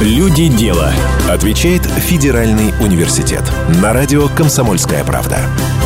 Люди дела. Отвечает Федеральный университет. На радио «Комсомольская правда».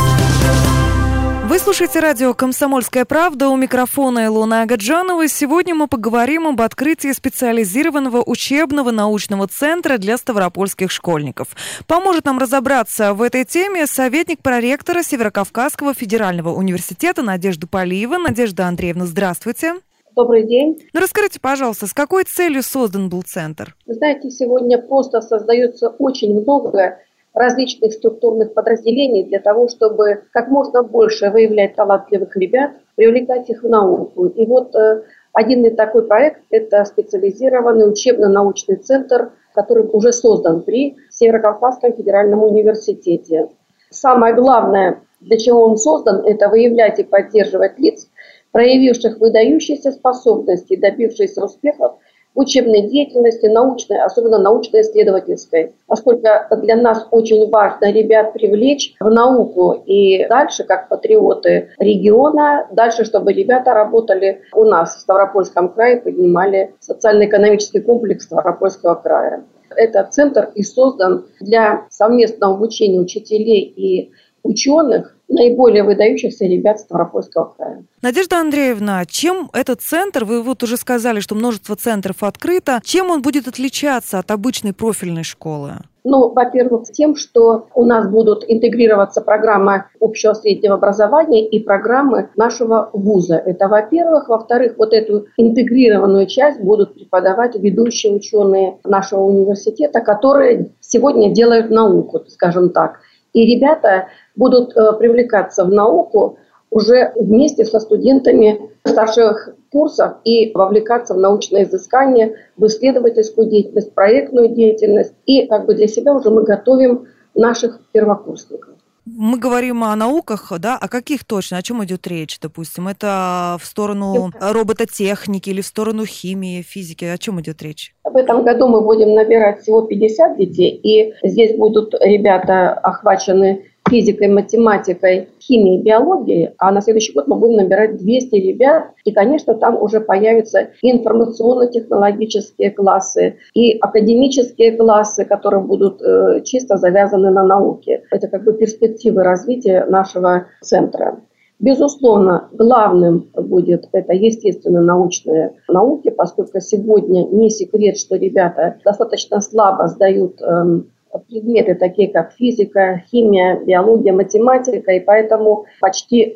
Вы слушаете радио «Комсомольская правда», у микрофона Илона Агаджанова. Сегодня мы поговорим об открытии специализированного учебного научного центра для ставропольских школьников. Поможет нам разобраться в этой теме советник проректора Северокавказского федерального университета Надежда Полиева. Надежда Андреевна, здравствуйте. Добрый день. Расскажите, пожалуйста, с какой целью создан был центр? Вы знаете, сегодня просто создается очень много различных структурных подразделений для того, чтобы как можно больше выявлять талантливых ребят, привлекать их в науку. И вот один такой проект – это специализированный учебно-научный центр, который уже создан при Северокавказском федеральном университете. Самое главное, для чего он создан, это выявлять и поддерживать лиц, проявивших выдающиеся способности, добившихся успехов в учебной деятельности, научной, особенно научно-исследовательской. Поскольку для нас очень важно ребят привлечь в науку и дальше, как патриоты региона, дальше, чтобы ребята работали у нас в Ставропольском крае, поднимали социально-экономический комплекс Ставропольского края. Этот центр и создан для совместного обучения учителей и ученых, наиболее выдающихся ребят Ставропольского края. Надежда Андреевна, чем этот центр, вы вот уже сказали, что множество центров открыто, чем он будет отличаться от обычной профильной школы? Во-первых, тем, что у нас будут интегрироваться программы общего среднего образования и программы нашего вуза. Это, во-первых. Во-вторых, вот эту интегрированную часть будут преподавать ведущие ученые нашего университета, которые сегодня делают науку, скажем так. И ребята будут привлекаться в науку уже вместе со студентами старших курсов и вовлекаться в научное изыскание, в исследовательскую деятельность, проектную деятельность. И для себя уже мы готовим наших первокурсников. Мы говорим о науках, да? О каких точно? О чем идет речь, допустим? Это в сторону робототехники или в сторону химии, физики? О чем идет речь? В этом году мы будем набирать всего 50 детей, и здесь будут ребята охвачены физикой, математикой, химией, биологией, а на следующий год мы будем набирать 200 ребят, и, конечно, там уже появятся и информационно-технологические классы, и академические классы, которые будут чисто завязаны на науке. Это перспективы развития нашего центра. Безусловно, главным будет это, естественно, научные науки, поскольку сегодня не секрет, что ребята достаточно слабо сдают предметы, такие как физика, химия, биология, математика, и поэтому почти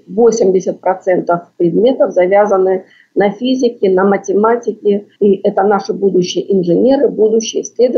80% предметов завязаны на физике, на математике, и это наши будущие инженеры, будущие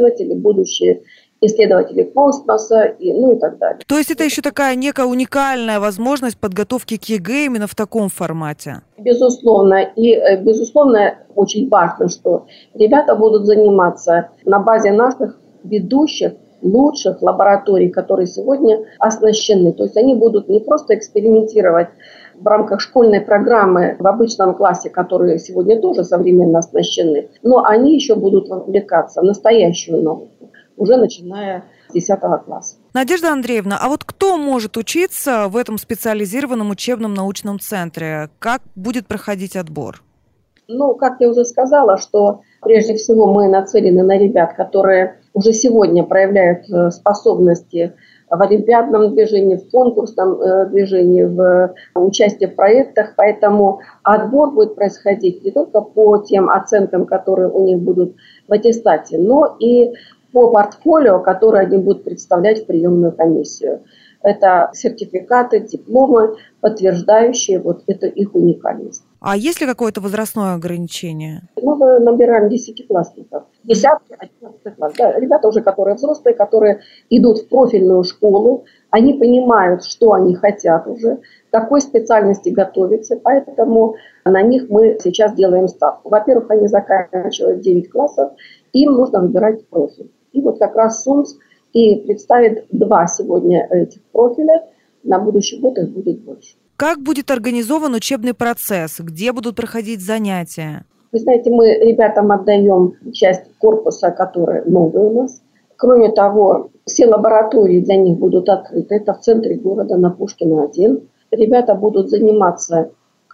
исследователи космоса и так далее. То есть это еще такая некая уникальная возможность подготовки к ЕГЭ именно в таком формате? Безусловно. И, безусловно, очень важно, что ребята будут заниматься на базе наших ведущих, лучших лабораторий, которые сегодня оснащены. То есть они будут не просто экспериментировать в рамках школьной программы в обычном классе, которые сегодня тоже современно оснащены, но они еще будут вовлекаться в настоящую науку, уже начиная с 10 класса. Надежда Андреевна, а вот кто может учиться в этом специализированном учебном научном центре? Как будет проходить отбор? Как я уже сказала, что прежде всего мы нацелены на ребят, которые уже сегодня проявляют способности в олимпиадном движении, в конкурсном движении, в участии в проектах. Поэтому отбор будет происходить не только по тем оценкам, которые у них будут в аттестате, но и по портфолио, которое они будут представлять в приемную комиссию. Это сертификаты, дипломы, подтверждающие эту их уникальность. А есть ли какое-то возрастное ограничение? Мы набираем 10-классников. 10-11 класс. Да, ребята уже, которые взрослые, которые идут в профильную школу, они понимают, что они хотят уже, к какой специальности готовиться, поэтому на них мы сейчас делаем ставку. Во-первых, они заканчивают 9 классов, им нужно выбирать профиль. И как раз СУМС и представит 2 сегодня этих профиля, на будущий год их будет больше. Как будет организован учебный процесс? Где будут проходить занятия? Вы знаете, мы ребятам отдаем часть корпуса, который новый у нас. Кроме того, все лаборатории для них будут открыты. Это в центре города, на Пушкина 1. Ребята будут заниматься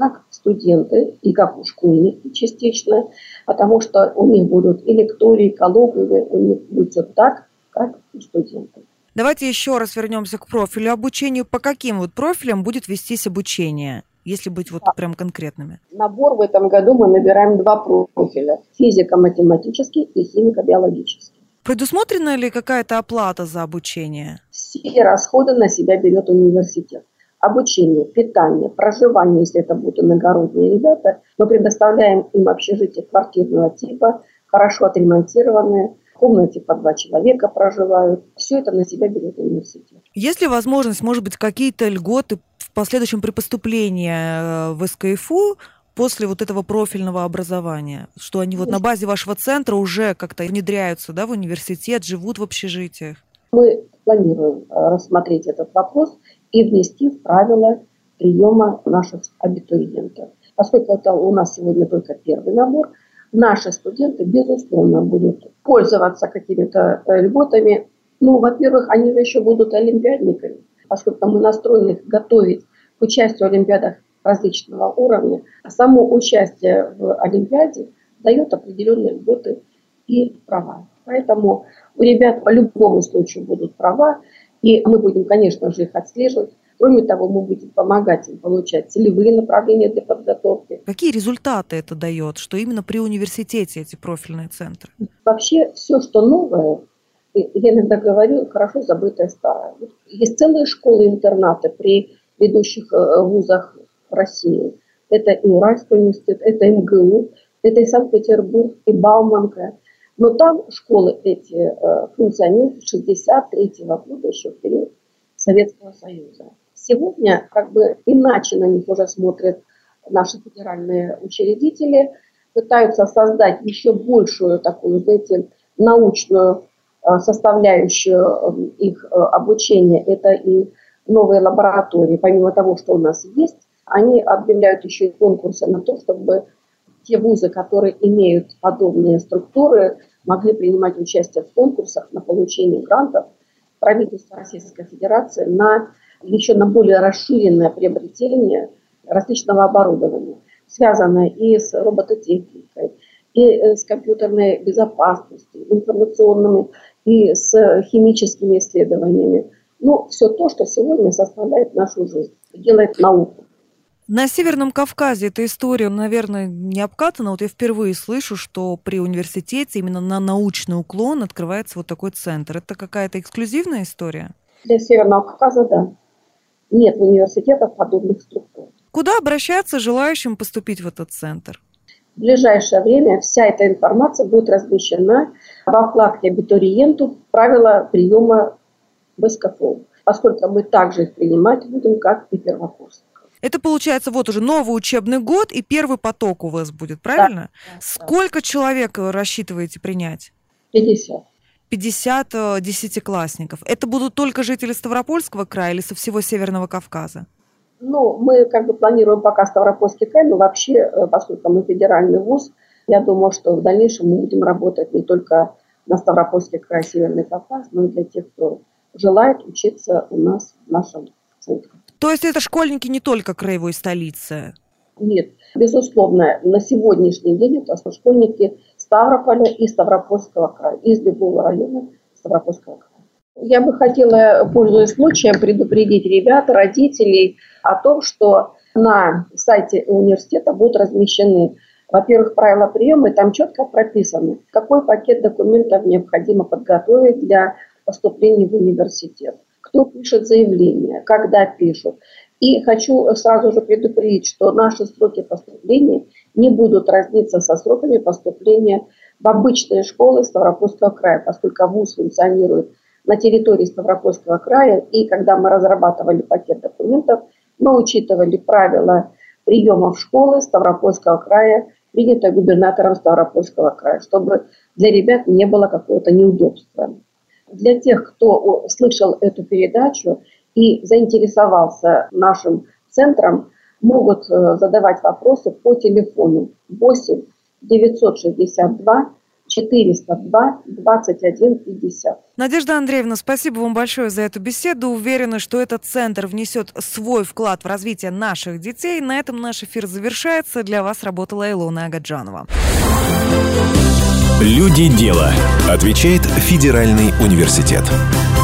как студенты и как школьники частично, потому что у них будут и лектории, и коллоквиумы, у них будет все так, как у студентов. Давайте еще раз вернемся к профилю обучения. По каким вот профилям будет вестись обучение, если быть вот прям конкретными? Набор в этом году мы набираем 2 профиля: физико-математический и химико-биологический. Предусмотрена ли какая-то оплата за обучение? Все расходы на себя берет университет. Обучение, питание, проживание, если это будут иногородние ребята, мы предоставляем им общежитие квартирного типа, хорошо отремонтированные, в комнате по 2 человека проживают. Все это на себя берет университет. Есть ли возможность, может быть, какие-то льготы в последующем при поступлении в СКФУ после вот этого профильного образования? Что они вот на базе вашего центра уже как-то внедряются, да, в университет, живут в общежитиях? Мы планируем рассмотреть этот вопрос и внести в правила приема наших абитуриентов. Поскольку это у нас сегодня только первый набор, наши студенты, безусловно, будут пользоваться какими-то льготами. Ну, во-первых, они же еще будут олимпиадниками, поскольку мы настроены их готовить к участию в олимпиадах различного уровня. А само участие в олимпиаде дает определенные льготы и права. Поэтому у ребят по любому случаю будут права, и мы будем, конечно же, их отслеживать. Кроме того, мы будем помогать им получать целевые направления для подготовки. Какие результаты это дает, что именно при университете эти профильные центры? Вообще все, что новое, я иногда говорю, хорошо забытое старое. Есть целые школы-интернаты при ведущих вузах России. Это и Уральский университет, это МГУ, это и Санкт-Петербург, и Бауманка. Но там школы эти функционируют с 1963 года, еще в период Советского Союза. Сегодня как бы иначе на них уже смотрят наши федеральные учредители, пытаются создать еще большую такую, знаете, научную составляющую их обучения. Это и новые лаборатории. Помимо того, что у нас есть, они объявляют еще и конкурсы на то, чтобы те вузы, которые имеют подобные структуры, могли принимать участие в конкурсах на получение грантов правительства Российской Федерации еще на более расширенное приобретение различного оборудования, связанное и с робототехникой, и с компьютерной безопасностью, информационными, и с химическими исследованиями. Ну, все то, что сегодня составляет нашу жизнь, делает науку. На Северном Кавказе эта история, наверное, не обкатана. Вот я впервые слышу, что при университете именно на научный уклон открывается вот такой центр. Это какая-то эксклюзивная история? Для Северного Кавказа, да. Нет в университетах подобных структур. Куда обращаться желающим поступить в этот центр? В ближайшее время вся эта информация будет размещена во вкладке «Абитуриенту» правила приема в СКФУ, поскольку мы также их принимать будем, как и первокурсников. Это получается вот уже новый учебный год и первый поток у вас будет, правильно? Да. Сколько человек рассчитываете принять? 50. 50 десятиклассников. Это будут только жители Ставропольского края или со всего Северного Кавказа? Ну, мы как бы планируем пока Ставропольский край, но вообще, поскольку мы федеральный вуз, я думаю, что в дальнейшем мы будем работать не только на Ставропольский край, Северный Кавказ, но и для тех, кто желает учиться у нас в нашем центре. То есть это школьники не только краевой столицы? Нет, безусловно, на сегодняшний день это школьники Ставрополя и Ставропольского края, из любого района Ставропольского края. Я бы хотела, пользуясь случаем, предупредить ребят, родителей о том, что на сайте университета будут размещены, во-первых, правила приема, и там четко прописано, какой пакет документов необходимо подготовить для поступления в университет. Кто пишет заявление, когда пишут. И хочу сразу же предупредить, что наши сроки поступления не будут разниться со сроками поступления в обычные школы Ставропольского края, поскольку вуз функционирует на территории Ставропольского края. И когда мы разрабатывали пакет документов, мы учитывали правила приема в школы Ставропольского края, принятые губернатором Ставропольского края, чтобы для ребят не было какого-то неудобства. Для тех, кто слышал эту передачу и заинтересовался нашим центром, могут задавать вопросы по телефону 8 962 402 21 50. Надежда Андреевна, спасибо вам большое за эту беседу. Уверена, что этот центр внесет свой вклад в развитие наших детей. На этом наш эфир завершается. Для вас работала Илона Агаджанова. Люди дела. Отвечает Федеральный университет.